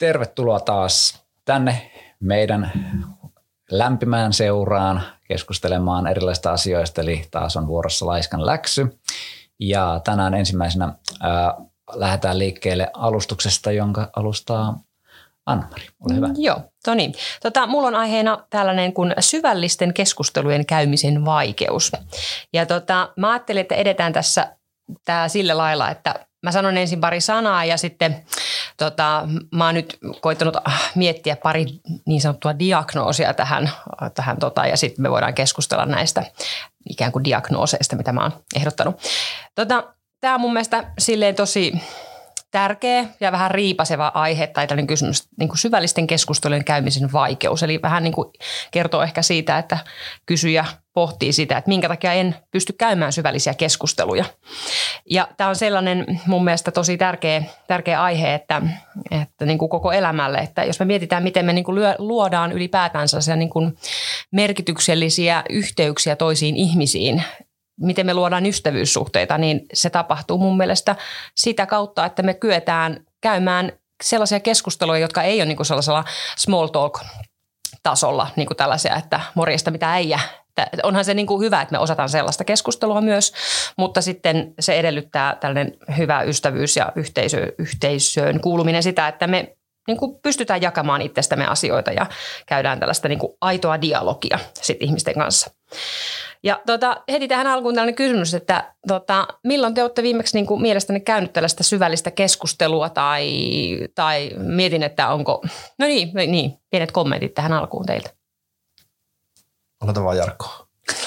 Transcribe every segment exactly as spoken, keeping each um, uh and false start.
Tervetuloa taas tänne meidän lämpimään seuraan keskustelemaan erilaisista asioista, eli taas on vuorossa Laiskan läksy. Ja tänään ensimmäisenä ää, lähdetään liikkeelle alustuksesta, jonka alustaa Anna-Mari. Ole hyvä. Joo, no niin. Tota, mulla on aiheena tällainen kuin syvällisten keskustelujen käymisen vaikeus. Ja tota, mä ajattelin, että edetään tässä tää sillä lailla, että mä sanon ensin pari sanaa ja sitten tota, mä oon nyt koittanut miettiä pari niin sanottua diagnoosia tähän, tähän tota, ja sitten me voidaan keskustella näistä ikään kuin diagnooseista, mitä mä oon ehdottanut. Tota, tää on mun mielestä silleen tosi tärkeä ja vähän riipaseva aihe tai tällainen kysymys, niin kuin syvällisten keskustelujen käymisen vaikeus. Eli vähän niin kuin kertoo ehkä siitä, että kysyjä pohtii sitä, että minkä takia en pysty käymään syvällisiä keskusteluja. Ja tämä on sellainen mun mielestä tosi tärkeä, tärkeä aihe, että, että niin kuin koko elämälle, että jos me mietitään, miten me niin kuin luodaan ylipäätään sellaisia niin kuin merkityksellisiä yhteyksiä toisiin ihmisiin, miten me luodaan ystävyyssuhteita, niin se tapahtuu mun mielestä sitä kautta, että me kyetään käymään sellaisia keskusteluja, jotka ei ole niin kuin sellaisella small talk-tasolla, niin kuin tällaisia, että morjesta mitä äijä. Onhan se niin kuin hyvä, että me osataan sellaista keskustelua myös, mutta sitten se edellyttää tällainen hyvä ystävyys ja yhteisö, yhteisöön kuuluminen sitä, että me niin kuin pystytään jakamaan itsestämme asioita ja käydään tällaista niin kuin aitoa dialogia sit ihmisten kanssa. Ja tota, heti tähän alkuun tällainen kysymys, että tota, milloin te olette viimeksi niin kuin mielestäni käynyt tällaista syvällistä keskustelua tai, tai mietin, että onko, no niin, niin, pienet kommentit tähän alkuun teiltä. Aloita vaan Jarkko.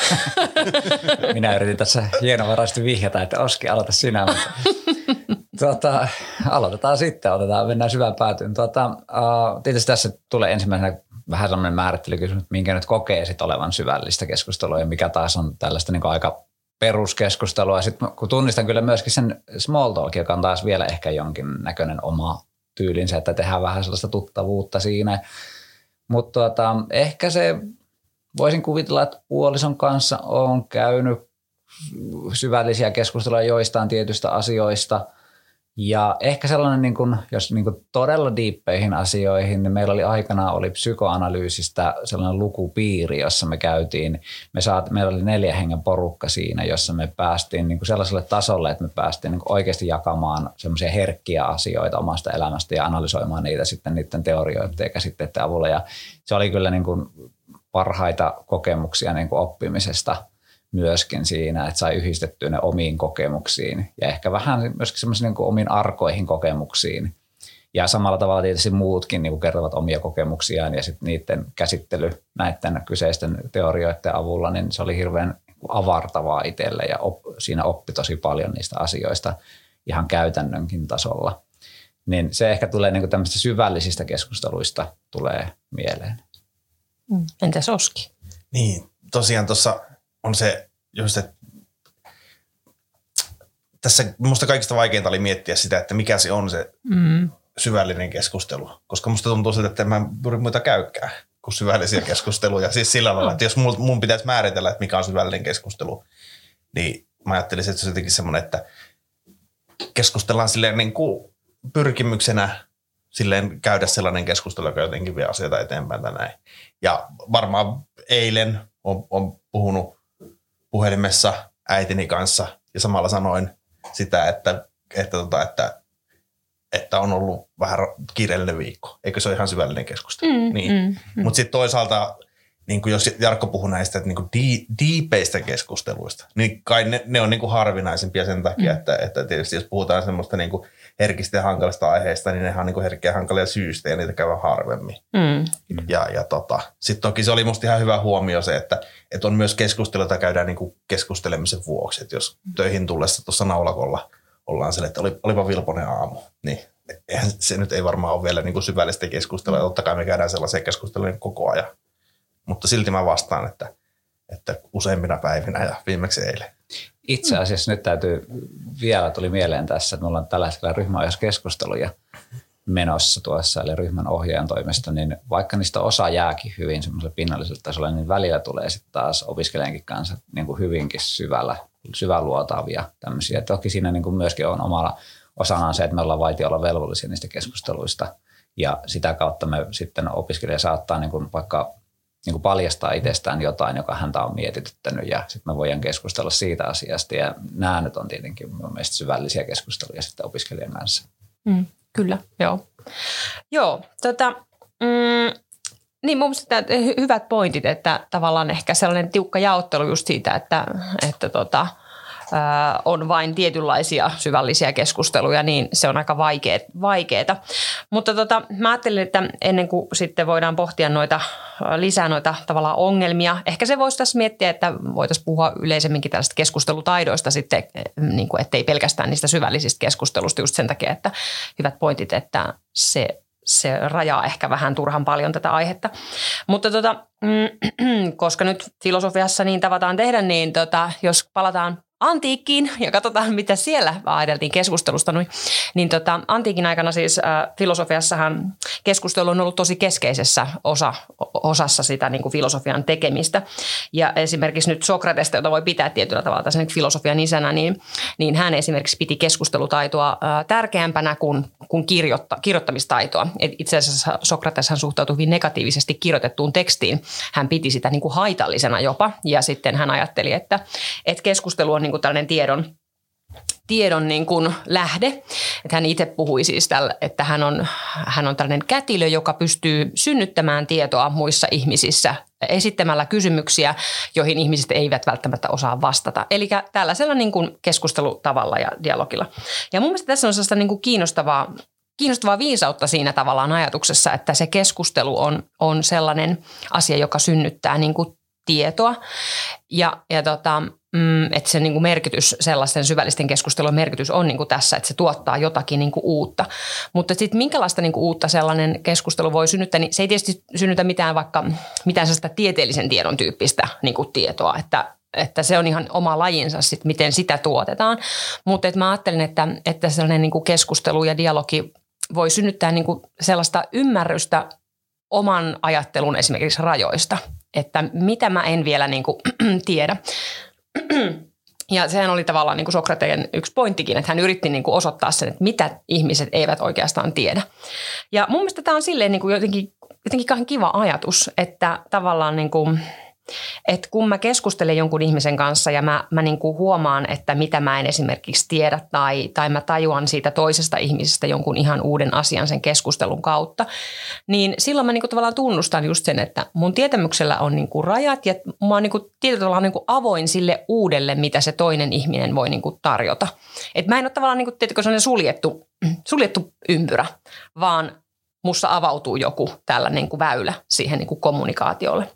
Minä yritin tässä hienovaraisesti vihjata, että Oski, aloita sinä. Mutta, tuota, aloitetaan sitten, otetaan, mennään syvään päätyyn. Tuota, uh, tietysti tässä tulee ensimmäisenä vähän sellainen määrittelykysymys, että minkä nyt kokee sit olevan syvällistä keskustelua ja mikä taas on tällaista niin kuin aika peruskeskustelua. Sitten kun tunnistan kyllä myöskin sen small talk, joka on taas vielä ehkä jonkin näköinen oma tyylinsä, että tehdään vähän sellaista tuttavuutta siinä. Mutta tuota, ehkä se voisin kuvitella, että puolison kanssa on käynyt syvällisiä keskusteluja joistain tietyistä asioista. Ja ehkä sellainen, niin kun, jos niin kun todella diippeihin asioihin, niin meillä oli aikanaan oli psykoanalyysistä sellainen lukupiiri, jossa me käytiin, me saat, meillä oli neljä hengen porukka siinä, jossa me päästiin niin kun sellaiselle tasolle, että me päästiin niin kun oikeasti jakamaan semmoisia herkkiä asioita omasta elämästä ja analysoimaan niitä sitten niiden teorioiden ja käsitteiden avulla. Ja se oli kyllä niin kun parhaita kokemuksia niin kun oppimisesta myöskin siinä, että sai yhdistettyä ne omiin kokemuksiin ja ehkä vähän myöskin semmoisiin niin omiin arkoihin kokemuksiin. Ja samalla tavalla tietysti muutkin niin kuin kertovat omia kokemuksiaan ja sitten niiden käsittely näiden kyseisten teorioiden avulla, niin se oli hirveän avartavaa itselle ja op, siinä oppi tosi paljon niistä asioista ihan käytännönkin tasolla. Niin se ehkä tulee niin kuin tämmöistä syvällisistä keskusteluista tulee mieleen. Entäs Oski? Niin, tosiaan tuossa on se just, että tässä musta kaikista vaikeinta oli miettiä sitä, että mikä se on se mm. syvällinen keskustelu. Koska musta tuntuu siltä, että mä juuri muita käykään kuin syvällisiä keskusteluja. Siis sillä lailla, että jos mun, mun pitäisi määritellä, että mikä on syvällinen keskustelu, niin mä ajattelisin, että se on jotenkin semmoinen, että keskustellaan silleen niin kuin pyrkimyksenä silleen käydä sellainen keskustelu, joka jotenkin vie asioita eteenpäin tai näin. Ja varmaan eilen on, on puhunut puhelimessa äitini kanssa ja samalla sanoin sitä, että, että, että, että, että on ollut vähän kiireellinen viikko. Eikö se ole ihan syvällinen keskustelu? Mm, niin. mm, mm. Mutta sitten toisaalta, niin kun jos Jarkko puhui näistä että niin di, diipeistä keskusteluista, niin kai ne, ne on niin harvinaisempia sen takia, mm. että, että tietysti jos puhutaan semmoista niin herkistä ja hankalista aiheista, niin nehän on niin herkkiä ja hankalia syystä ja niitä käydään harvemmin. Mm. Ja, ja tota, sitten toki se oli musta ihan hyvä huomio se, että, että on myös keskustelua, jota käydään niin keskustelemisen vuoksi. Että jos töihin tullessa tuossa naulakolla ollaan sille, että oli, olipa vilponen aamu, niin eihän, se nyt ei varmaan ole vielä niin syvällistä keskustelua. Totta kai me käydään sellaisia keskusteluja koko ajan. Mutta silti mä vastaan, että, että useimpina päivinä ja viimeksi eilen. Itse asiassa nyt täytyy, vielä tuli mieleen tässä, että me ollaan tällä hetkellä ryhmäohjauskeskusteluja menossa tuossa, eli ryhmän ohjaajan toimesta, niin vaikka niistä osa jääkin hyvin semmoiselle pinnalliselle tasolle, niin välillä tulee sitten taas opiskelijankin kanssa niin kuin hyvinkin syvällä, syväluotaavia tämmöisiä. Toki siinä niin kuin myöskin on omalla osanaan se, että me ollaan vaiti olla velvollisia niistä keskusteluista Ja sitä kautta me sitten opiskelija saattaa niin kuin vaikka niin kuin paljastaa itsestään jotain, joka häntä on mietityttänyt ja sitten me voidaan keskustella siitä asiasta. Ja nämä nyt on tietenkin mun mielestä syvällisiä keskusteluja sitten opiskelijan kanssa. Mm, kyllä, joo. Joo, tota, mm, niin mun mielestä hyvät pointit, että tavallaan ehkä sellainen tiukka jaottelu just siitä, että, että tota, ää, on vain tietynlaisia syvällisiä keskusteluja, niin se on aika vaikeeta. Mutta tota, mä ajattelin, että ennen kuin sitten voidaan pohtia noita, lisää noita tavallaan ongelmia, ehkä se voisi tässä miettiä, että voitaisiin puhua yleisemminkin tällaista keskustelutaidoista sitten, niin kuin, ettei pelkästään niistä syvällisistä keskustelusta just sen takia, että hyvät pointit, että se se rajaa ehkä vähän turhan paljon tätä aihetta. Mutta tota, mm, koska nyt filosofiassa niin tavataan tehdä, niin tota, jos palataan antiikkiin ja katsotaan, mitä siellä ajateltiin keskustelusta, niin, niin tota, antiikin aikana siis äh, filosofiassahan keskustelu on ollut tosi keskeisessä osa, osassa sitä niin kuin filosofian tekemistä. Ja esimerkiksi nyt Sokratesta, jota voi pitää tietyllä tavalla tässä filosofian isänä, niin, niin hän esimerkiksi piti keskustelutaitoa äh, tärkeämpänä kuin, kuin kirjoitta, kirjoittamistaitoa. Et itse asiassa Sokrateshan suhtautui hyvin negatiivisesti kirjoitettuun tekstiin. Hän piti sitä niin kuin haitallisena jopa ja sitten hän ajatteli, että, että keskustelu on niin kuin tällainen tiedon, tiedon niin kuin lähde. Että hän itse puhui siis, tällä, että hän on, hän on tällainen kätilö, joka pystyy synnyttämään tietoa muissa ihmisissä esittämällä kysymyksiä, joihin ihmiset eivät välttämättä osaa vastata. Eli tällaisella niin kuin keskustelutavalla ja dialogilla. Ja mun mielestä tässä on sellaista niin kuin kiinnostavaa, kiinnostavaa viisautta siinä tavallaan ajatuksessa, että se keskustelu on, on sellainen asia, joka synnyttää niin kuin tietoa ja, ja tota, mm, että se niin kuin merkitys, sellaisten syvällisten keskustelun merkitys on niin kuin tässä, että se tuottaa jotakin niin kuin uutta. Mutta sitten minkälaista niin kuin uutta sellainen keskustelu voi synnyttää, niin se ei tietysti synnytä mitään vaikka mitään sellaista tieteellisen tiedon tyyppistä niin kuin tietoa, että että se on ihan oma lajinsa, sit, miten sitä tuotetaan. Mutta mä ajattelin, että, että sellainen niin kuin keskustelu ja dialogi voi synnyttää niin kuin sellaista ymmärrystä oman ajattelun esimerkiksi rajoista, että mitä mä en vielä niin kuin tiedä. Ja sehän oli tavallaan niin kuin Sokrateen yksi pointtikin, että hän yritti niin kuin osoittaa sen, että mitä ihmiset eivät oikeastaan tiedä. Ja mun mielestä tämä on silleen niin kuin jotenkin, jotenkin kiva ajatus, että tavallaan niin kuin että kun mä keskustelen jonkun ihmisen kanssa ja mä, mä niin kuin huomaan, että mitä mä en esimerkiksi tiedä tai, tai mä tajuan siitä toisesta ihmisestä jonkun ihan uuden asian sen keskustelun kautta, niin silloin mä niin kuin tavallaan tunnustan just sen, että mun tietämyksellä on niin kuin rajat ja mä oon niin kuin tietyllä tavalla niin kuin avoin sille uudelle, mitä se toinen ihminen voi niin kuin tarjota. Että mä en ole tavallaan niin kuin, tietysti, sellainen suljettu, suljettu ympyrä, vaan musta avautuu joku tällainen niin kuin väylä siihen niin kuin kommunikaatiolle.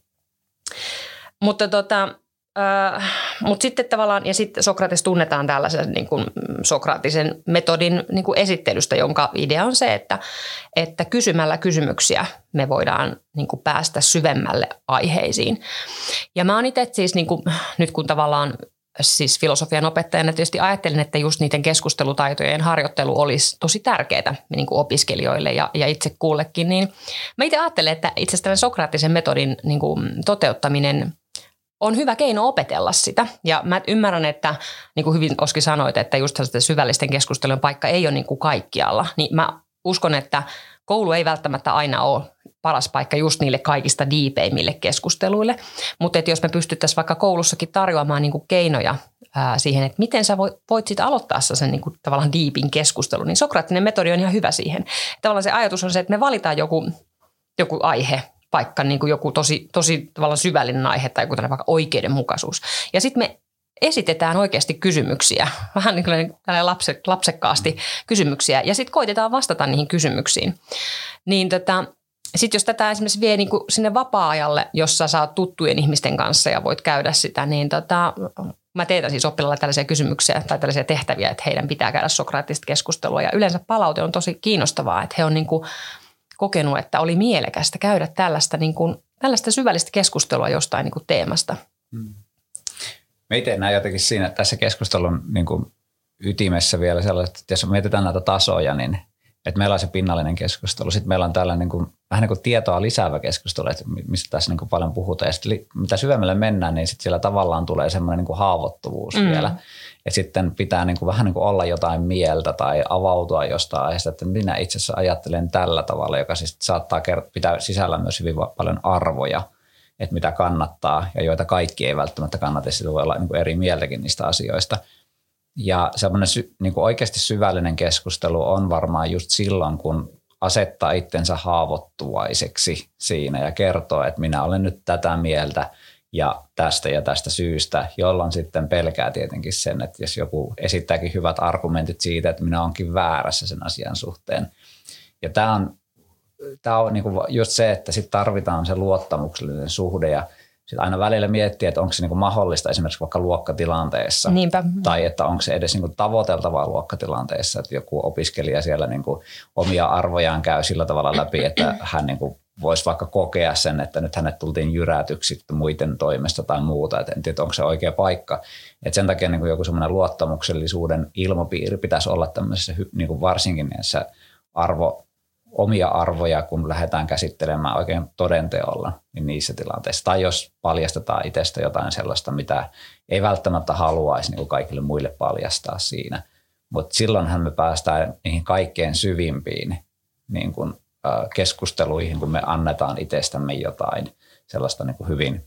Mutta tota, äh, mut sitten tavallaan, ja sitten Sokrates tunnetaan tällaisen niin kuin sokraattisen metodin niin kuin esittelystä, jonka idea on se, että, että kysymällä kysymyksiä me voidaan niin kuin päästä syvemmälle aiheisiin. Ja mä oon itse siis niin kuin, nyt kun tavallaan siis filosofian opettajana tietysti ajattelin, että just niiden keskustelutaitojen harjoittelu olisi tosi tärkeää niin kuin opiskelijoille ja, ja itse kullekin, niin mä itse ajattelen, että itse asiassa tämän sokraattisen metodin niin kuin toteuttaminen on hyvä keino opetella sitä. Ja mä ymmärrän, että niin kuin hyvin Oski sanoit, että just syvällisten keskustelujen paikka ei ole niin kuin kaikkialla. Niin mä uskon, että koulu ei välttämättä aina ole paras paikka just niille kaikista diipeimmille keskusteluille. Mutta että jos me pystyttäisiin vaikka koulussakin tarjoamaan niin kuin keinoja ää, siihen, että miten sä voit, voit sitten aloittaa sen niin kuin tavallaan diipin keskustelun, niin sokraattinen metodi on ihan hyvä siihen. Tavallaan se ajatus on se, että me valitaan joku, joku aihe, vaikka niin kuin joku tosi, tosi tavallaan syvällinen aihe tai joku vaikka oikeudenmukaisuus. Ja sitten me esitetään oikeasti kysymyksiä, vähän niin kuin lapse, lapsekkaasti kysymyksiä, ja sitten koitetaan vastata niihin kysymyksiin. Niin tota, sitten jos tätä esimerkiksi vie niin kuin sinne vapaa-ajalle, jossa sä oot tuttujen ihmisten kanssa ja voit käydä sitä, niin tota, mä teetän siis oppilailla tällaisia kysymyksiä tai tällaisia tehtäviä, että heidän pitää käydä sokraattista keskustelua. Ja yleensä palaute on tosi kiinnostavaa, että he on niin kuin kokenut, että oli mielekästä käydä tällaista, niin kuin, tällaista syvällistä keskustelua jostain niin kuin teemasta. Hmm. Mä itse näen jotenkin siinä tässä keskustelun niin kuin ytimessä vielä sellaiset, että jos mietitään näitä tasoja, niin Että meillä on se pinnallinen keskustelu. Sitten meillä on tällainen niin kuin, vähän niin kuin tietoa lisäävä keskustelu, että mistä tässä niin kuin paljon puhutaan. Ja sitten mitä syvemmälle mennään, niin sitten siellä tavallaan tulee semmoinen niin kuin haavoittuvuus mm. vielä. Ja sitten pitää niin kuin, vähän niin kuin olla jotain mieltä tai avautua jostain aiheesta, että minä itse asiassa ajattelen tällä tavalla, joka siis saattaa pitää sisällä myös hyvin paljon arvoja, että mitä kannattaa ja joita kaikki ei välttämättä kannata. Sitten voi olla niin kuin eri mieltäkin niistä asioista. Ja semmoinen sy, niin kuin oikeasti syvällinen keskustelu on varmaan just silloin, kun asettaa itsensä haavoittuvaiseksi siinä ja kertoo, että minä olen nyt tätä mieltä ja tästä ja tästä syystä, jolloin sitten pelkää tietenkin sen, että jos joku esittääkin hyvät argumentit siitä, että minä olenkin väärässä sen asian suhteen. Ja tämä on, tämä on niin kuin just se, että sitten tarvitaan se luottamuksellinen suhde ja sitten aina välillä miettiä, että onko se niinku mahdollista esimerkiksi vaikka luokkatilanteessa. Niinpä. Tai että onko se edes niinku tavoiteltavaa luokkatilanteessa, että joku opiskelija siellä niinku omia arvojaan käy sillä tavalla läpi, että hän niinku voisi vaikka kokea sen, että nyt hänet tultiin jyrätyksi muiden toimesta tai muuta. Et en tiedä, onko se oikea paikka. Et sen takia niinku joku semmoinen luottamuksellisuuden ilmapiiri pitäisi olla tämmöisessä niinku varsinkin näissä arvo omia arvoja, kun lähdetään käsittelemään oikein todenteolla, niin niissä tilanteissa. Tai jos paljastetaan itsestä jotain sellaista, mitä ei välttämättä haluaisi niin kuin kaikille muille paljastaa siinä. Mutta silloinhan me päästään niihin kaikkein syvimpiin niin kuin, äh, keskusteluihin, kun me annetaan itsestämme jotain sellaista niin kuin hyvin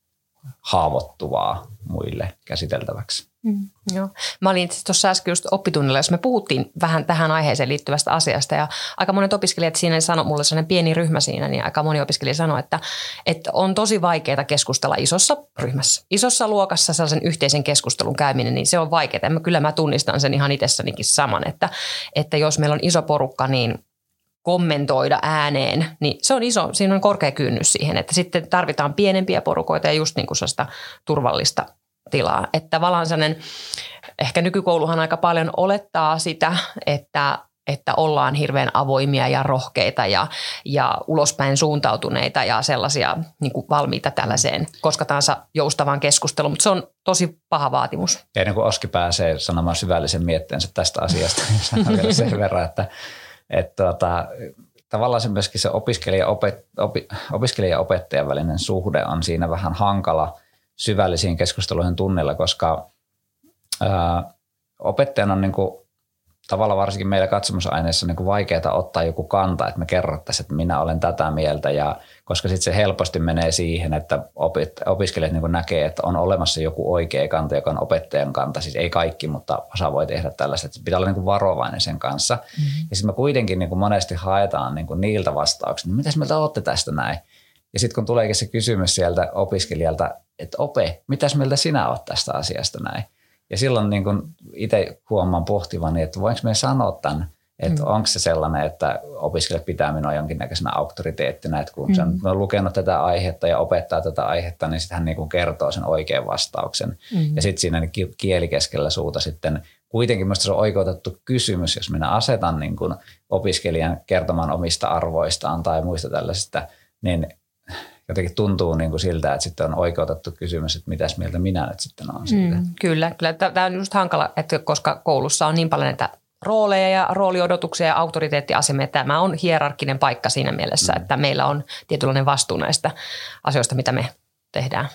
haavoittuvaa muille käsiteltäväksi. Mm, joo. Mä olin tuossa äsken just oppitunnilla, jos me puhuttiin vähän tähän aiheeseen liittyvästä asiasta ja aika monet opiskelijat siinä sanoi, mulla oli sellainen pieni ryhmä siinä, niin aika moni opiskelija sanoi, että, että on tosi vaikeaa keskustella isossa ryhmässä. Isossa luokassa sellaisen yhteisen keskustelun käyminen, niin se on vaikeaa. Mä, kyllä mä tunnistan sen ihan itsessänikin saman, että, että jos meillä on iso porukka, niin kommentoida ääneen, niin se on iso, siinä on korkea kynnys siihen, että sitten tarvitaan pienempiä porukoita ja just niin kuin sellaista turvallista tilaa. Että tavallaan sellainen, ehkä nykykouluhan aika paljon olettaa sitä, että, että ollaan hirveän avoimia ja rohkeita ja, ja ulospäin suuntautuneita ja sellaisia niin kuin valmiita tällaiseen koska tahansa joustavaan keskusteluun, mutta se on tosi paha vaatimus. Ja ennen kuin Oski pääsee sanomaan syvällisen mietteensä tästä asiasta, niin sanon vielä sen verran, että Että tuota, tavallaan se myöskin se opiskelija, opet, opi, opiskelija ja opettajan välinen suhde on siinä vähän hankala syvällisiin keskusteluihin tunnilla, koska ää, opettajan on niin kuin, tavallaan varsinkin meillä katsomusaineissa niin kuin vaikeaa ottaa joku kanta, että me kerrottaisiin, että minä olen tätä mieltä, ja koska sitten se helposti menee siihen, että opiskelijat niin kuin näkee, että on olemassa joku oikea kanta, joka on opettajan kanta, siis ei kaikki, mutta osa voi tehdä tällaista, että pitää olla niin kuin varovainen sen kanssa. Mm-hmm. Ja sitten me kuitenkin niin kuin monesti haetaan niin kuin niiltä vastauksia, että mitäs mieltä olette tästä näin? Ja sitten kun tuleekin se kysymys sieltä opiskelijalta, että ope, mitäs mieltä sinä olet tästä asiasta näin? Ja silloin niin kun itse huomaan pohtivani, että voinko me sanoa tämän, että mm. onko se sellainen, että opiskelijat pitää minua jonkinnäköisenä auktoriteettina, että kun mm. se on lukenut tätä aihetta ja opettaa tätä aihetta, niin sitten hän niin kun kertoo sen oikean vastauksen. Mm. Ja sitten siinä kieli keskellä suuta sitten kuitenkin minusta se on oikeutettu kysymys, jos minä asetan niin kun opiskelijan kertomaan omista arvoistaan tai muista tällaisista, niin jotenkin tuntuu niin kuin siltä, että sitten on oikeutettu kysymys, että mitäs mieltä minä nyt sitten olen siitä. Mm, kyllä, kyllä. Tämä on just hankala, että koska koulussa on niin paljon näitä rooleja ja rooliodotuksia ja auktoriteettiasemia, että tämä on hierarkkinen paikka siinä mielessä, mm. että meillä on tietynlainen vastuu näistä asioista, mitä me tehdään.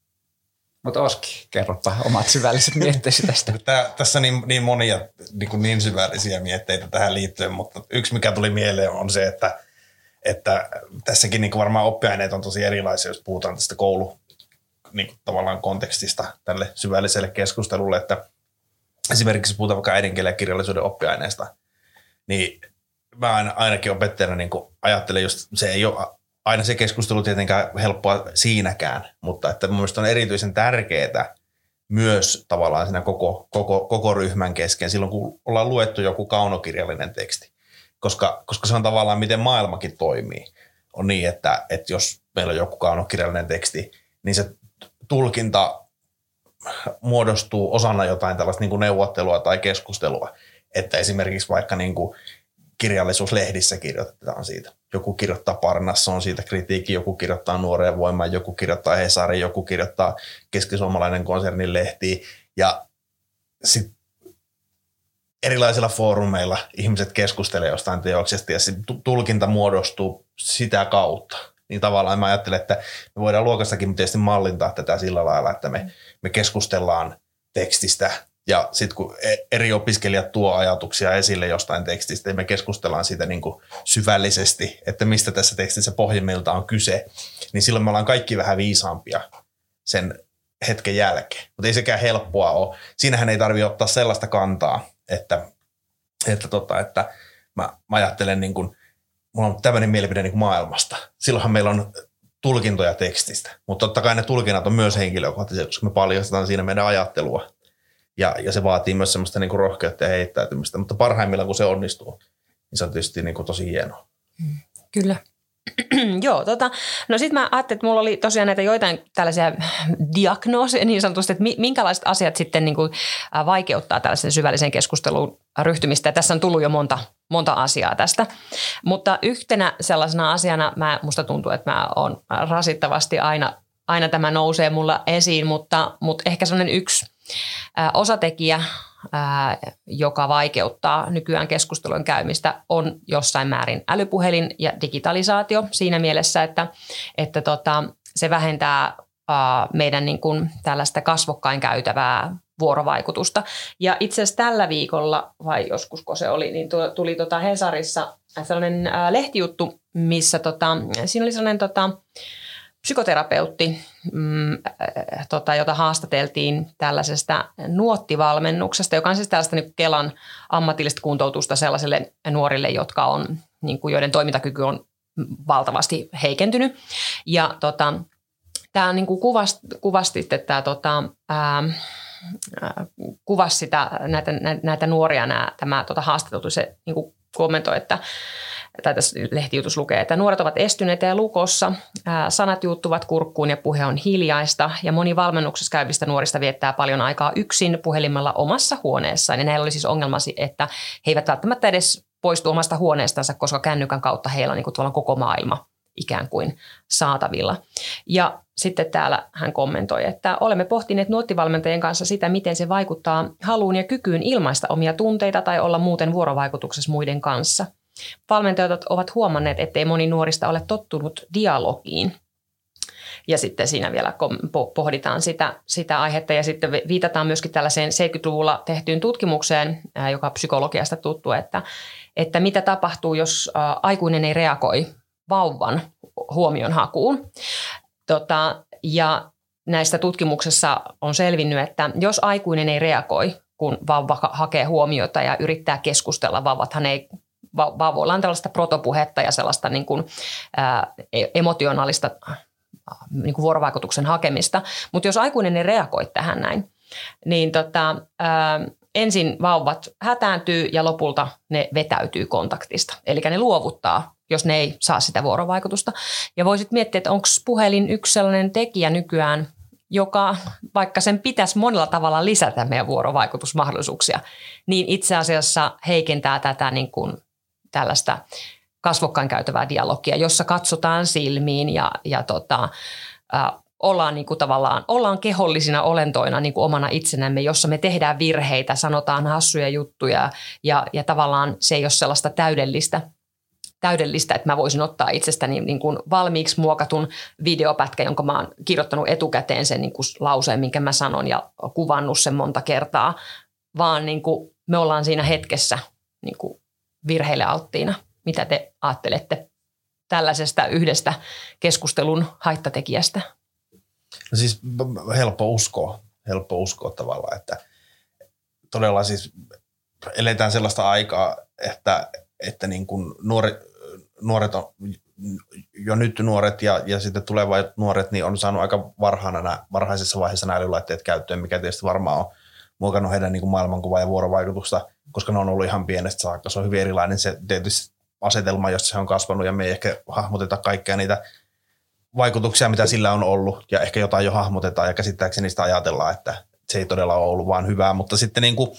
Mutta Oski, kerropa omat syvälliset mietteesi tästä. Tää, tässä on niin, niin monia niin, niin syvällisiä mietteitä tähän liittyen, mutta yksi mikä tuli mieleen on se, että Että tässäkin niin varmaan oppiaineet on tosi erilaisia, jos puhutaan tästä koulu niin tavallaan kontekstista tälle syvälliselle keskustelulle. Että esimerkiksi puhutaan vaikka äidinkielen ja kirjallisuuden oppiaineesta, niin mä ainakin opettajana niin ajattelen just, se ei ole aina se keskustelu tietenkään helppoa siinäkään, mutta että mun mielestä on erityisen tärkeää myös tavallaan siinä koko, koko, koko ryhmän kesken silloin, kun ollaan luettu joku kaunokirjallinen teksti. Koska, koska se on tavallaan, miten maailmakin toimii. On niin, että, että jos meillä on joku kaunokirjallinen teksti, niin se tulkinta muodostuu osana jotain tällaista niin kuin neuvottelua tai keskustelua. Että esimerkiksi vaikka niin kuin kirjallisuuslehdissä kirjoitetaan siitä. Joku kirjoittaa Parnassa, on siitä kritiikki, joku kirjoittaa Nuoreen voimaan, joku kirjoittaa Hesari, joku kirjoittaa Keskisuomalainen konsernin lehti. Ja sitten erilaisilla foorumeilla ihmiset keskustelee jostain teoksesta ja se tulkinta muodostuu sitä kautta. Niin tavallaan mä ajattelen, että me voidaan luokassakin tietysti mallintaa tätä sillä lailla, että me, me keskustellaan tekstistä ja sitten kun eri opiskelijat tuo ajatuksia esille jostain tekstistä ja me keskustellaan siitä niin kuin syvällisesti, että mistä tässä tekstissä pohjimmiltaan on kyse, niin silloin me ollaan kaikki vähän viisaampia sen hetken jälkeen. Mutta ei sekään helppoa ole. Siinähän ei tarvitse ottaa sellaista kantaa, että, että, tota, että mä, mä ajattelen niin kuin, mulla on tämmöinen mielipide niin kuin maailmasta. Silloinhan meillä on tulkintoja tekstistä, mutta totta kai ne tulkinnat on myös henkilökohtaisia, koska me paljastetaan siinä meidän ajattelua. Ja, ja se vaatii myös semmoista niin kuin rohkeutta ja heittäytymistä, mutta parhaimmillaan kun se onnistuu, niin se on tietysti niin kuin tosi hienoa. Kyllä. Joo, tota, no sit mä ajattelin, että mulla oli tosiaan näitä joitain tällaisia diagnooseja niin sanotusti, että minkälaiset asiat sitten niin kuin vaikeuttaa tällaisen syvällisen keskusteluun ryhtymistä. Ja tässä on tullut jo monta, monta asiaa tästä, mutta yhtenä sellaisena asiana mä, musta tuntuu, että mä oon rasittavasti aina, aina tämä nousee mulla esiin, mutta, mutta ehkä sellainen yksi ää, osatekijä, Ää, joka vaikeuttaa nykyään keskustelun käymistä, on jossain määrin älypuhelin ja digitalisaatio siinä mielessä, että, että tota, se vähentää ää, meidän niin kuin tällaista kasvokkain käytävää vuorovaikutusta. Ja itse asiassa tällä viikolla, vai joskusko se oli, niin tuli tota Hesarissa sellainen ää, lehtijuttu, missä tota, siinä oli sellainen tota, psykoterapeutti, mm, äh, tota, jota haastateltiin tällaisesta nuottivalmennuksesta, joka on siis tällaista niin Kelan ammatillista kuntoutusta sellaisille nuorille, jotka on, niin kuin, joiden toimintakyky on valtavasti heikentynyt. Ja tota, tämä niin kuin kuvasti, kuvasti, että tämä tota, ää, kuvasi sitä, näitä, näitä nuoria, nämä, tämä tota, haastateltu, se niin kuin kommentoi, että tai tässä lehtijutus lukee, että nuoret ovat estyneitä ja lukossa, ää, sanat juuttuvat kurkkuun ja puhe on hiljaista ja moni valmennuksessa käyvistä nuorista viettää paljon aikaa yksin puhelimella omassa huoneessaan. Ja näillä oli siis ongelma, että he eivät välttämättä edes poistu omasta huoneestansa, koska kännykän kautta heillä on niin kuin koko maailma ikään kuin saatavilla. Ja sitten täällä hän kommentoi, että olemme pohtineet nuottivalmentajien kanssa sitä, miten se vaikuttaa haluun ja kykyyn ilmaista omia tunteita tai olla muuten vuorovaikutuksessa muiden kanssa. Valmentajat ovat huomanneet, ettei moni nuorista ole tottunut dialogiin. Ja sitten siinä vielä pohditaan sitä, sitä aihetta ja sitten viitataan myöskin tällaiseen seitsemänkymmentäluvulla tehtyyn tutkimukseen, joka on psykologiasta tuttu, että, että mitä tapahtuu, jos aikuinen ei reagoi vauvan huomionhakuun. Tota, ja näistä tutkimuksessa on selvinnyt, että jos aikuinen ei reagoi, kun vauva hakee huomiota ja yrittää keskustella, vauvathan ei vauvoilla on tällaista protopuhetta ja sellaista niin kuin, ää, emotionaalista niin kuin vuorovaikutuksen hakemista. Mutta jos aikuinen ei reagoi tähän näin, niin tota, ää, ensin vauvat hätääntyy ja lopulta ne vetäytyy kontaktista. Eli ne luovuttaa, jos ne ei saa sitä vuorovaikutusta. Ja voisit miettiä, että onko puhelin yksi sellainen tekijä nykyään, joka vaikka sen pitäisi monella tavalla lisätä meidän vuorovaikutusmahdollisuuksia, niin itse asiassa heikentää tätä niin kuin tällaista kasvokkain käytävää dialogia, jossa katsotaan silmiin ja, ja tota, ä, ollaan, niin kuin tavallaan, ollaan kehollisina olentoina niin kuin omana itsenämme, jossa me tehdään virheitä, sanotaan hassuja juttuja ja, ja tavallaan se ei ole sellaista täydellistä, täydellistä, että mä voisin ottaa itsestäni niin kuin valmiiksi muokatun videopätkä, jonka mä oon kirjoittanut etukäteen sen niin kuin lauseen, minkä mä sanon ja kuvannut sen monta kertaa, vaan niin kuin me ollaan siinä hetkessä niin kuin virheille alttiina. Mitä te ajattelette tällaisesta yhdestä keskustelun haittatekijästä? No siis helppo uskoa, helppo uskoa tavallaan, että todella siis eletään sellaista aikaa, että, että niin kuin nuori, nuoret on, jo nyt nuoret ja, ja sitten tulevat nuoret niin on saanut aika varhaina, varhaisessa vaiheessa nämä älylaitteet käyttöön, mikä tietysti varmaan on muokannut heidän niin kuin maailmankuvaa ja vuorovaikutusta, koska ne on ollut ihan pienestä saakka. Se on hyvin erilainen se tietysti asetelma, jossa se on kasvanut ja me ei ehkä hahmoteta kaikkea niitä vaikutuksia, mitä sillä on ollut ja ehkä jotain jo hahmotetaan ja käsittääkseni niistä ajatellaan, että se ei todella ole ollut vaan hyvää, mutta sitten niin kuin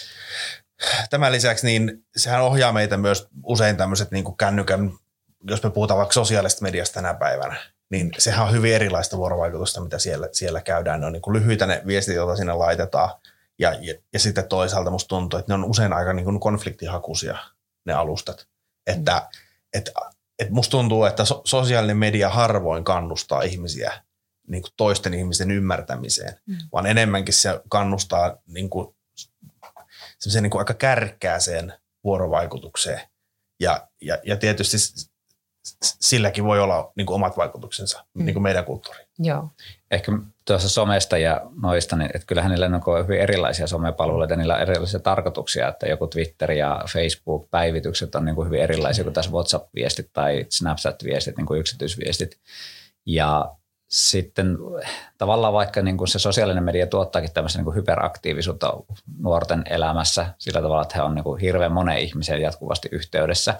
tämän lisäksi niin sehän ohjaa meitä myös usein tämmöiset niin kuin kännykän, jos me puhutaan vaikka sosiaalisesta mediasta tänä päivänä, niin sehän on hyvin erilaista vuorovaikutusta, mitä siellä, siellä käydään. Ne on niin kuin lyhyitä ne viestit, joita sinne laitetaan Ja, ja, ja sitten toisaalta musta tuntuu, että ne on usein aika niin kuin konfliktihakuisia ne alustat. Että mm. et, et musta tuntuu, että so, sosiaalinen media harvoin kannustaa ihmisiä niin kuin toisten ihmisten ymmärtämiseen, mm. vaan enemmänkin se kannustaa niin kuin, semmoiseen niin kuin aika kärkkääseen vuorovaikutukseen. Ja, ja, ja tietysti silläkin voi olla niin kuin omat vaikutuksensa mm. niin kuin meidän kulttuuriin. Joo. Ehkä tuossa somesta ja noista, niin että kyllähän niillä on hyvin erilaisia somepalveluita, niillä on erilaisia tarkoituksia, että joku Twitter ja Facebook-päivitykset on niin kuin hyvin erilaisia kuin tässä WhatsApp-viestit tai Snapchat-viestit, niin kuin yksityisviestit. Ja sitten tavallaan vaikka niin kuin se sosiaalinen media tuottaakin tämmöistä niin kuin hyperaktiivisuutta nuorten elämässä sillä tavalla, että he on niin kuin hirveän monen ihmisen jatkuvasti yhteydessä.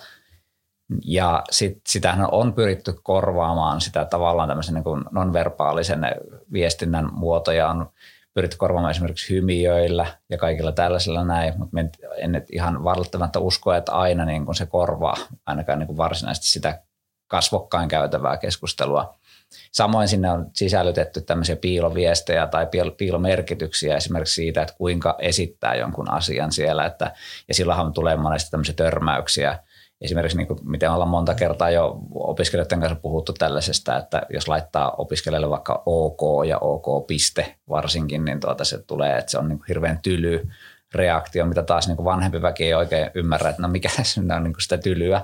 Ja sit, sitähän on pyritty korvaamaan sitä tavallaan tämmöisen niin kuin nonverbaalisen viestinnän muotoja on pyritty korvaamaan esimerkiksi hymiöillä ja kaikilla tällaisilla näin, mutta en nyt ihan välttämättä usko, että aina niin kuin se korvaa ainakaan niin kuin varsinaisesti sitä kasvokkain käytävää keskustelua. Samoin sinne on sisällytetty tämmöisiä piiloviestejä tai piilomerkityksiä esimerkiksi siitä, että kuinka esittää jonkun asian siellä, että, ja silloinhan tulee monesti tämmöisiä törmäyksiä. Esimerkiksi niin kuin, miten ollaan monta kertaa jo opiskelijoiden kanssa puhuttu tällaisesta, että jos laittaa opiskelijalle vaikka OK ja OK piste varsinkin, niin tuota se tulee, että se on niin kuin hirveän tyly reaktio, mitä taas niin kuin vanhempi väki ei oikein ymmärrä, että no mikä se on niin kuin sitä tylyä.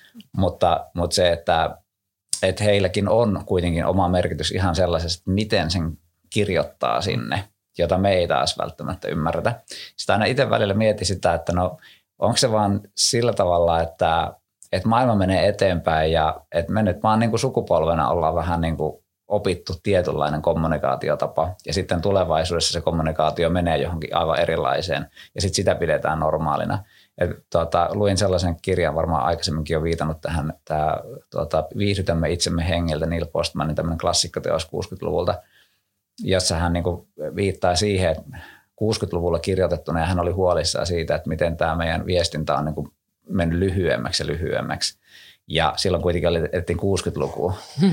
Mutta, mutta se, että, että heilläkin on kuitenkin oma merkitys ihan sellaisesta, että miten sen kirjoittaa sinne, jota me ei taas välttämättä ymmärretä. Sitä aina itse välillä mietin sitä, että no onko se vaan sillä tavalla, että, että maailma menee eteenpäin ja että me nyt vaan niin kuin sukupolvena ollaan vähän niin kuin opittu tietynlainen kommunikaatiotapa ja sitten tulevaisuudessa se kommunikaatio menee johonkin aivan erilaiseen ja sitten sitä pidetään normaalina. Et, tuota, luin sellaisen kirjan, varmaan aikaisemminkin jo viitannut tähän, tämä tuota, Viihdytämme itsemme hengeltä, Neil Postmanin tämmöinen klassikkoteos kuusikymmentäluvulta, jossa hän niin kuin viittaa siihen, että kuusikymmentäluvulla kirjoitettuna ja hän oli huolissaan siitä, että miten tämä meidän viestintä on niin kuin mennyt lyhyemmäksi ja lyhyemmäksi. Ja silloin kuitenkin oli elettiin kuusikymmentälukua.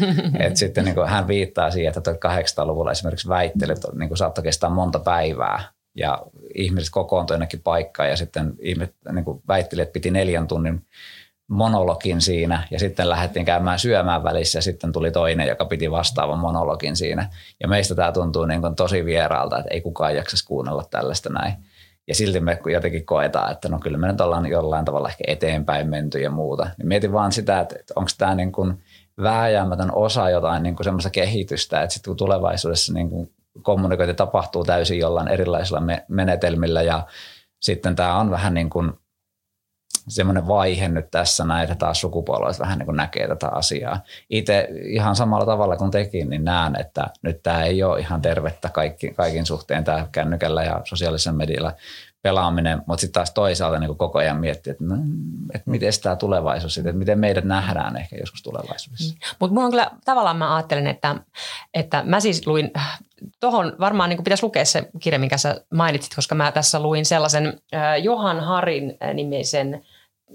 Et sitten niin kuin hän viittaa siihen, että tuhatkahdeksansataaluvulla esimerkiksi väittelyt niin kuin saattoi kestää monta päivää ja ihmiset kokoontuivat jonnekin paikkaan ja sitten ihmiset niin kuin väittelijät piti neljän tunnin monologin siinä ja sitten lähdettiin käymään syömään välissä ja sitten tuli toinen, joka piti vastaavan monologin siinä. Ja meistä tämä tuntuu niin kuin tosi vieraalta, että ei kukaan jaksaisi kuunnella tällaista näin. Ja silti me jotenkin koetaan, että no kyllä me nyt ollaan jollain tavalla ehkä eteenpäin menty ja muuta. Niin mietin vaan sitä, että onko tämä niin kuin vääjäämätön osa jotain niin kuin semmoista kehitystä, että sitten kun tulevaisuudessa niin kuin kommunikointi tapahtuu täysin jollain erilaisilla menetelmillä ja sitten tämä on vähän niin kuin semmoinen vaihe nyt tässä näitä taas sukupolvet vähän niin kuin näkee tätä asiaa. Itse ihan samalla tavalla kuin tekin, niin näen, että nyt tämä ei ole ihan tervettä kaikki, kaikin suhteen tämä kännykällä ja sosiaalisella medialla pelaaminen, mutta sitten taas toisaalta niin kuin koko ajan miettii, että, no, että miten tämä tulevaisuus, että miten meidät nähdään ehkä joskus tulevaisuudessa. Mm. Mutta mulla on kyllä tavallaan mä ajattelen, että, että mä siis luin, tuohon varmaan niin kuin pitäisi lukea se kirja, minkä sä mainitsit, koska mä tässä luin sellaisen äh, Johan Harin nimisen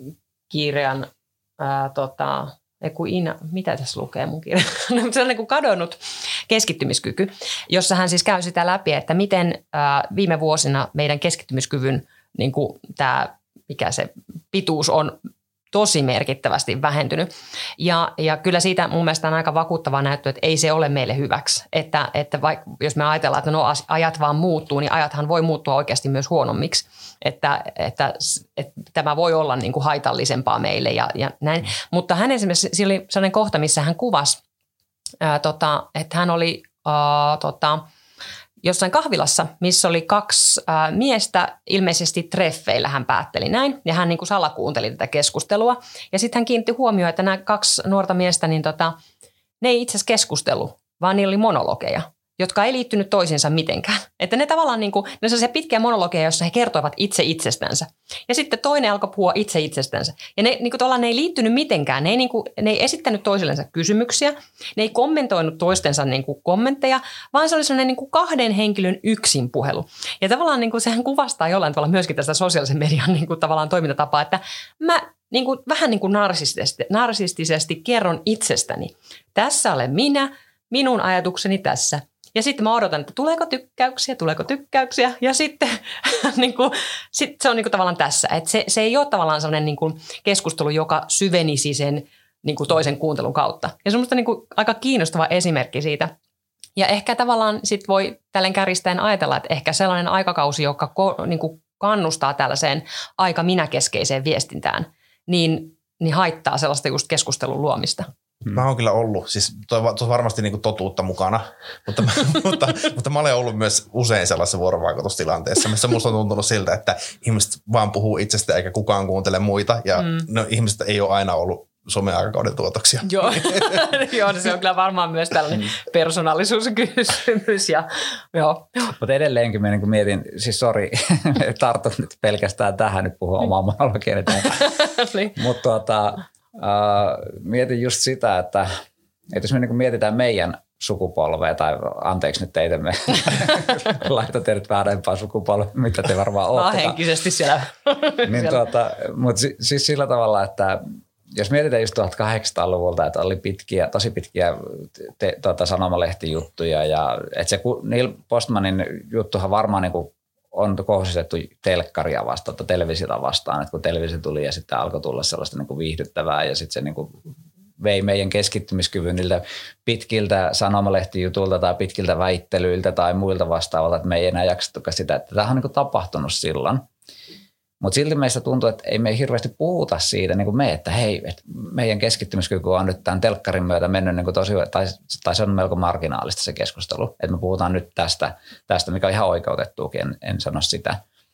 kirjan, ää, tota, Ina, mitä tässä lukee mun kirja? Se on niin kuin kadonnut keskittymiskyky, jossa hän siis käy sitä läpi, että miten ää, viime vuosina meidän keskittymiskyvyn niin kuin tämä, mikä se pituus on tosi merkittävästi vähentynyt. Ja, ja kyllä siitä mun mielestä on aika vakuuttavaa näyttö, että ei se ole meille hyväksi. Että, että vaikka, jos me ajatellaan, että no ajat vaan muuttuu, niin ajathan voi muuttua oikeasti myös huonommiksi. Että, että, että tämä voi olla niin kuin haitallisempaa meille ja, ja näin. Mutta hän esimerkiksi, siinä oli sellainen kohta, missä hän kuvasi, ää, tota, että hän oli ää, tota, jossain kahvilassa, missä oli kaksi ää, miestä, ilmeisesti treffeillä hän päätteli näin, ja hän niin kuin salakuunteli tätä keskustelua. Ja sitten hän kiinnitti huomioon, että nämä kaksi nuorta miestä, niin tota, ne ei itse asiassa keskustellut, vaan niillä oli monologeja, jotka ei liittynyt toisiinsa mitenkään. Että ne tavallaan niin kuin, ne on sellaisia pitkiä monologeja, joissa he kertoivat itse itsestänsä. Ja sitten toinen alkoi puhua itse itsestänsä. Ja ne, niin kuin tavallaan ne ei liittynyt mitenkään. Ne ei, niin kuin, ne ei esittänyt toisillensa kysymyksiä. Ne ei kommentoinut toistensa niin kuin kommentteja, vaan se oli sellainen niin kuin kahden henkilön yksin puhelu. Ja tavallaan niin kuin, sehän kuvastaa jollain tavalla myöskin tästä sosiaalisen median niin kuin, tavallaan toimintatapaa, että mä niin kuin, vähän niin kuin narsistisesti, narsistisesti kerron itsestäni. Tässä olen minä, minun ajatukseni tässä. Ja sitten mä odotan, että tuleeko tykkäyksiä, tuleeko tykkäyksiä. Ja sitten niin kuin, sit se on niin kuin tavallaan tässä. Että se, se ei ole tavallaan sellainen niin kuin keskustelu, joka syvenisi sen niin kuin toisen kuuntelun kautta. Ja se on musta niin kuin aika kiinnostava esimerkki siitä. Ja ehkä tavallaan sit voi tälleen kärjistäen ajatella, että ehkä sellainen aikakausi, joka ko, niin kuin kannustaa tällaiseen aika minäkeskeiseen viestintään, niin, niin haittaa sellaista just keskustelun luomista. Mä oon kyllä ollut, siis tuo on varmasti niinku totuutta mukana, mutta, mutta, mutta mä olen ollut myös usein sellaisessa vuorovaikutustilanteessa, missä musta on tuntunut siltä, että ihmiset vaan puhuu itsestä eikä kukaan kuuntele muita ja mm. no, ihmiset ei ole aina ollut some-aikakauden tuotoksia. Joo, joo se on kyllä varmaan myös tällainen persoonallisuuskysymys. Ja, joo. Mutta edelleenkin mä niin mietin, siis sori, tartun nyt pelkästään tähän, nyt puhun omaa monologia. niin. Mutta tuota, uh, mietin just sitä, että, että jos me niin mietitään meidän sukupolvea, tai anteeksi nyt teitä, me laitan teidät väärempää sukupolvea, mitä te varmaan ootte. Mä oon henkisesti siellä. niin tuota, mutta si, siis sillä tavalla, että jos mietitään just tuhatkahdeksansataaluvulta, että oli pitkiä, tosi pitkiä te, tuota, sanomalehtijuttuja ja että se Neil Postmanin juttuhan varmaan niin kuin on kohdistettu telkkaria vastaan, tai televisiota vastaan, että kun televisio tuli ja sitten alkoi tulla sellaista niin kuin viihdyttävää ja sitten se niin kuin vei meidän keskittymiskyvyn niiltä pitkiltä sanomalehtijutulta tai pitkiltä väittelyiltä tai muilta vastaavalta, että me ei enää jaksettukaan sitä, että tämä on niin kuin tapahtunut silloin. Mutta silti meistä tuntuu, että ei me hirveästi puhuta siitä niin kuin me, että hei, että meidän keskittymiskyky on nyt tämän telkkarin myötä mennyt niin kuin tosi, tai, tai se on melko marginaalista se keskustelu. Että me puhutaan nyt tästä, tästä mikä on ihan oikeutettuukin, en, en sano sitä.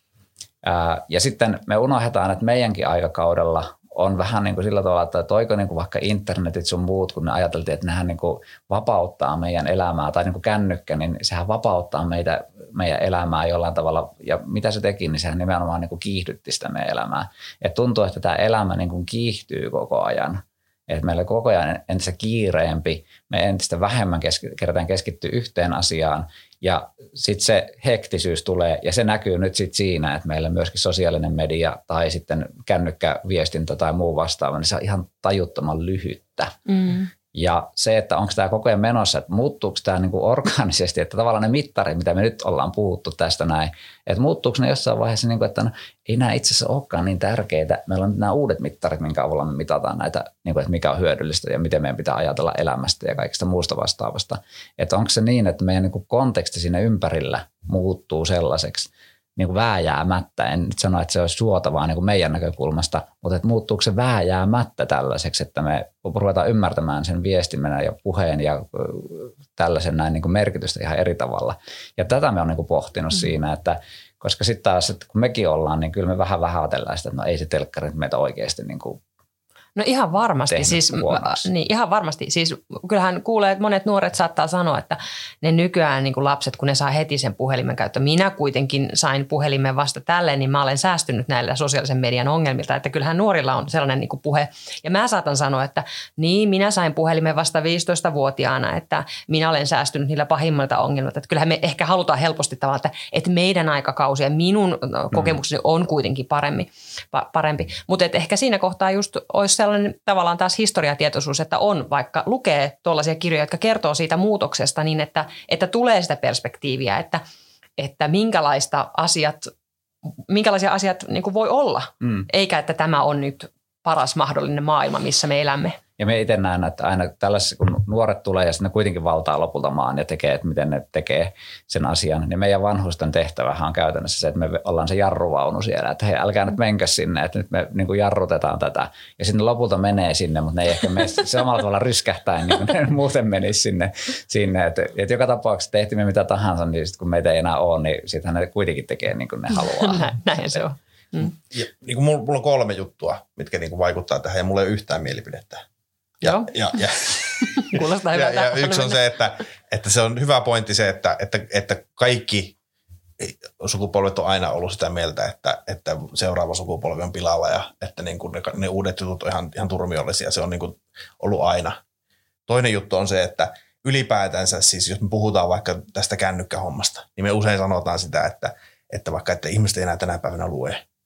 Ää, ja sitten me unohdetaan, että meidänkin aikakaudella on vähän niin kuin sillä tavalla, että toiko niin kuin vaikka internetit sun muut, kun me ajateltiin, että nehän niin kuin vapauttaa meidän elämää, tai niin kuin kännykkä, niin sehän vapauttaa meitä, meidän elämää jollain tavalla, ja mitä se teki, niin sehän nimenomaan niin kuin kiihdytti sitä meidän elämää. Et tuntuu, että tämä elämä niin kuin kiihtyy koko ajan, että meillä koko ajan entistä kiireempi, me entistä vähemmän kesk- kerätään keskittyä yhteen asiaan, ja sitten se hektisyys tulee, ja se näkyy nyt sitten siinä, että meillä myöskin sosiaalinen media tai sitten kännykkäviestintä tai muu vastaava, niin se on ihan tajuttoman lyhyttä. Mm. Ja se, että onko tämä koko ajan menossa, että muuttuuko tämä niinku orgaanisesti, että tavallaan ne mittarit, mitä me nyt ollaan puhuttu tästä näin, että muuttuuko ne jossain vaiheessa, niinku, että no, ei nämä itse asiassa olekaan niin tärkeitä. Meillä on nyt nämä uudet mittarit, minkä avulla me mitataan näitä, niinku, että mikä on hyödyllistä ja miten meidän pitää ajatella elämästä ja kaikista muusta vastaavasta. Että onko se niin, että meidän niinku konteksti siinä ympärillä muuttuu sellaiseksi, niin kuin vääjäämättä, en nyt sano, että se olisi suotavaa niin kuin meidän näkökulmasta, mutta että muuttuuko se vääjäämättä tällaiseksi, että me ruvetaan ymmärtämään sen viestinnän ja puheen ja tällaisen näin niin kuin merkitystä ihan eri tavalla. Ja tätä me on niin kuin pohtinut mm. siinä, että koska sitten taas, että kun mekin ollaan, niin kyllä me vähän vähätellään sitä, että no ei se telkkari meitä oikeasti niin kuin No ihan varmasti, siis, niin, ihan varmasti. Siis kyllähän kuulee, että monet nuoret saattaa sanoa, että ne nykyään niin kuin lapset, kun ne saa heti sen puhelimen käyttö. Minä kuitenkin sain puhelimen vasta tälleen, niin mä olen säästynyt näillä sosiaalisen median ongelmilta. Että kyllähän nuorilla on sellainen niin kuin puhe. Ja mä saatan sanoa, että niin, minä sain puhelimen vasta viisitoistavuotiaana, että minä olen säästynyt niillä pahimmilta ongelmilta. Että kyllähän me ehkä halutaan helposti tavallaan, että, että meidän aikakausi ja minun kokemukseni on kuitenkin parempi. parempi. Mutta ehkä siinä kohtaa just olisi sellainen tavallaan taas historiatietoisuus, että on vaikka lukee tuollaisia kirjoja, jotka kertoo siitä muutoksesta niin, että, että tulee sitä perspektiiviä, että, että minkälaista asiat, minkälaisia asiat niin kuin voi olla, mm. eikä että tämä on nyt paras mahdollinen maailma, missä me elämme. Ja me itse näen, että aina tällaisessa, kun nuoret tulee ja sitten ne kuitenkin valtaa lopulta maan ja tekee, että miten ne tekee sen asian, niin meidän vanhusten tehtävähän on käytännössä se, että me ollaan se jarruvaunu siellä, että hei, älkää nyt menkö sinne, että nyt me niin kuin jarrutetaan tätä. Ja sitten lopulta menee sinne, mutta ne ei ehkä mene samalla tavalla ryskähtäen, niin kuin ne muuten menisi sinne. sinne. Että, että joka tapauksessa tehtiin me mitä tahansa, niin sitten kun meitä ei enää ole, niin sittenhän ne kuitenkin tekee niin kuin ne haluaa. Näin se on. Mm. Ja, niin kuin mulla, mulla on kolme juttua, mitkä niin kuin vaikuttaa tähän ja mulla ei ole yhtään mielipidettä. Ja, Joo. Ja, ja, Kuulostaa ja, hyvältä. ja yksi on se, että, että se on hyvä pointti se, että, että, että kaikki sukupolvet on aina ollut sitä mieltä, että, että seuraava sukupolvi on pilalla ja että niin kuin ne, ne uudet jutut on ihan, ihan turmiollisia. Se on niin kuin ollut aina. Toinen juttu on se, että ylipäätänsä siis jos me puhutaan vaikka tästä kännykkähommasta, niin me usein sanotaan sitä, että, että vaikka että ihmiset ei enää tänä päivänä lue.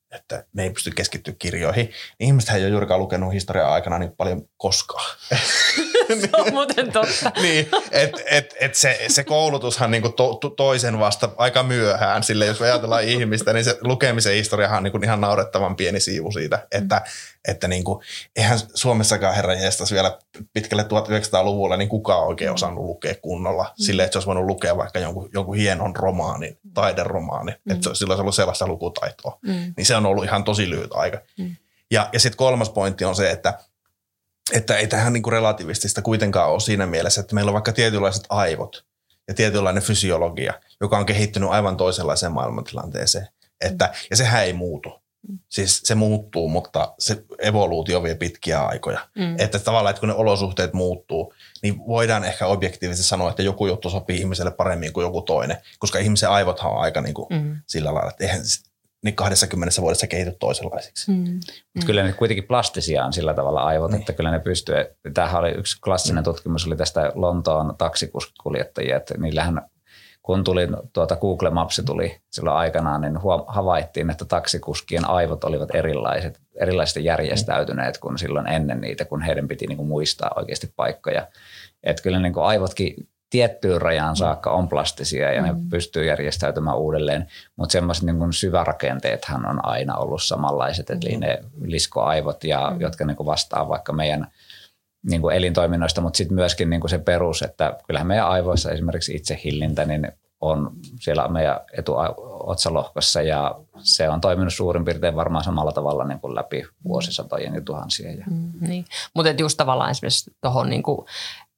että ne ei pysty keskittyä kirjoihin, niin ihmisethän ei ole juurikaan lukenut historian aikana niin paljon koskaan. Se on muuten totta. Niin, että et, et se, se koulutushan niinku to, to, toisen vasta aika myöhään. Sille jos ajatellaan ihmistä, niin se lukemisen historiahan on niinku ihan naurettavan pieni siivu siitä, että, mm. että niinku, eihän Suomessakaan herra jestas vielä pitkälle tuhatyhdeksänsataaluvulla niin kukaan oikein osannut lukea kunnolla. Mm. Sille, että se olisi voinut lukea vaikka jonkun, jonkun hienon romaanin, taideromaanin, mm. että se, sillä olisi ollut sellaista lukutaitoa. Mm. Niin se on ollut ihan tosi lyhyt aika. Mm. Ja, ja sitten kolmas pointti on se, että Että ei tähän niinku relativistista kuitenkaan ole siinä mielessä, että meillä on vaikka tietynlaiset aivot ja tietynlainen fysiologia, joka on kehittynyt aivan toisenlaiseen maailmantilanteeseen. Että, ja sehän ei muutu. Siis se muuttuu, mutta se evoluutio vie pitkiä aikoja. Mm. Että tavallaan, että kun ne olosuhteet muuttuu, niin voidaan ehkä objektiivisesti sanoa, että joku juttu sopii ihmiselle paremmin kuin joku toinen. Koska ihmisen aivothan on aika niinku mm. sillä lailla, että eihän niin kahdessakymmenessä vuodessa kehity toisenlaisiksi. Mm. Mutta kyllä ne kuitenkin plastisia on sillä tavalla aivot, niin. Että kyllä ne pystyy. Tämähän oli yksi klassinen mm. tutkimus, oli tästä Lontoon taksikuljettajia, että niillähän kun tuli tuota Google Maps tuli silloin aikanaan, niin huom- havaittiin, että taksikuskien aivot olivat erilaiset, erilaisesti järjestäytyneet kuin silloin ennen niitä, kun heidän piti niin kuin muistaa oikeasti paikkoja. Että kyllä niin kuin aivotkin tiettyyn rajaan saakka on plastisia ja ne mm. pystyy järjestäytymään uudelleen, mutta semmoiset niin kuin syvärakenteethan on aina ollut samanlaiset, eli mm. ne liskoaivot, ja, mm. jotka niin kuin vastaa vaikka meidän niin kuin elintoiminnoista, mutta sitten myöskin niin kuin se perus, että kyllähän meidän aivoissa esimerkiksi itsehillintä niin on siellä meidän etuotsalohkossa ja se on toiminut suurin piirtein varmaan samalla tavalla niin kuin läpi vuosisatojen ja tuhansien. Mm, niin. Mutta just tavallaan esimerkiksi tuohon niin kuin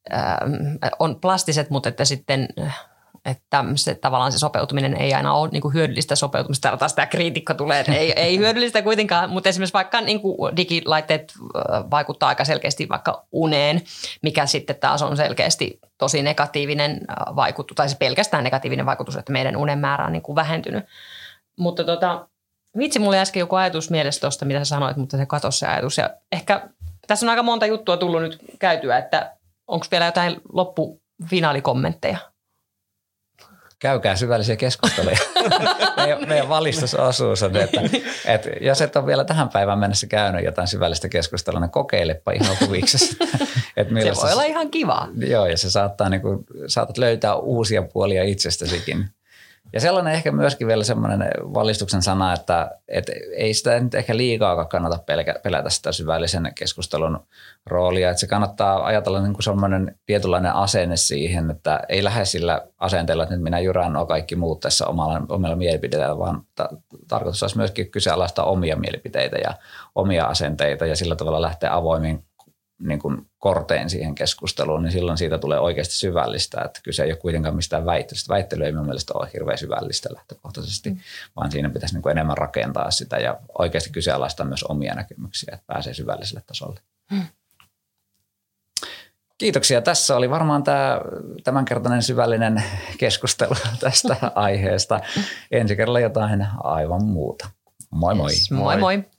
on plastiset, mutta että sitten että se, tavallaan se sopeutuminen ei aina ole niin kuin hyödyllistä sopeutumista. Täällä taas tämä kriitikko tulee, että ei, ei hyödyllistä kuitenkaan, mutta esimerkiksi vaikka niin kuin digilaitteet vaikuttaa aika selkeästi vaikka uneen, mikä sitten taas on selkeästi tosi negatiivinen vaikutus, tai se pelkästään negatiivinen vaikutus, että meidän unen määrä on niin kuin vähentynyt. Mutta tota, vitsi, mulla oli äsken joku ajatus mielessä tuosta, mitä sä sanoit, mutta se katosi se ajatus. Ja ehkä tässä on aika monta juttua tullut nyt käytyä, että onko vielä jotain loppufinaalikommentteja? Käykää syvällisiä keskusteluja. meidän, meidän valistusosuus on, että, että jos et ole vielä tähän päivään mennessä käynyt jotain syvällistä keskustelua, niin kokeilepa ihan huviksesi. Että se voi olla ihan kiva. Joo, ja se saattaa, niin kuin, saatat löytää uusia puolia itsestäsikin. Ja sellainen ehkä myöskin vielä semmoinen valistuksen sana, että, että ei sitä nyt ehkä liikaa kannata pelätä sitä syvällisen keskustelun roolia. Että se kannattaa ajatella niin kuin semmoinen tietynlainen asenne siihen, että ei lähde sillä asenteella, että nyt minä jyrään nuo kaikki muut tässä omalla, omalla mielipiteillä, vaan ta- tarkoitus olisi myöskin kyseenalaistaa omia mielipiteitä ja omia asenteita ja sillä tavalla lähteä avoimiin niin kuin korteen siihen keskusteluun, niin silloin siitä tulee oikeasti syvällistä, että kyse ei ole kuitenkaan mistään väittelystä. Väittely ei minun mielestä ole hirveän syvällistä lähtökohtaisesti, mm. vaan siinä pitäisi niin kuin enemmän rakentaa sitä ja oikeasti kyseenalaistaa myös omia näkemyksiä, että pääsee syvälliselle tasolle. Mm. Kiitoksia. Tässä oli varmaan tämä tämänkertainen syvällinen keskustelu tästä aiheesta. Ensi kerralla jotain aivan muuta. Moi moi. Yes, moi moi. moi.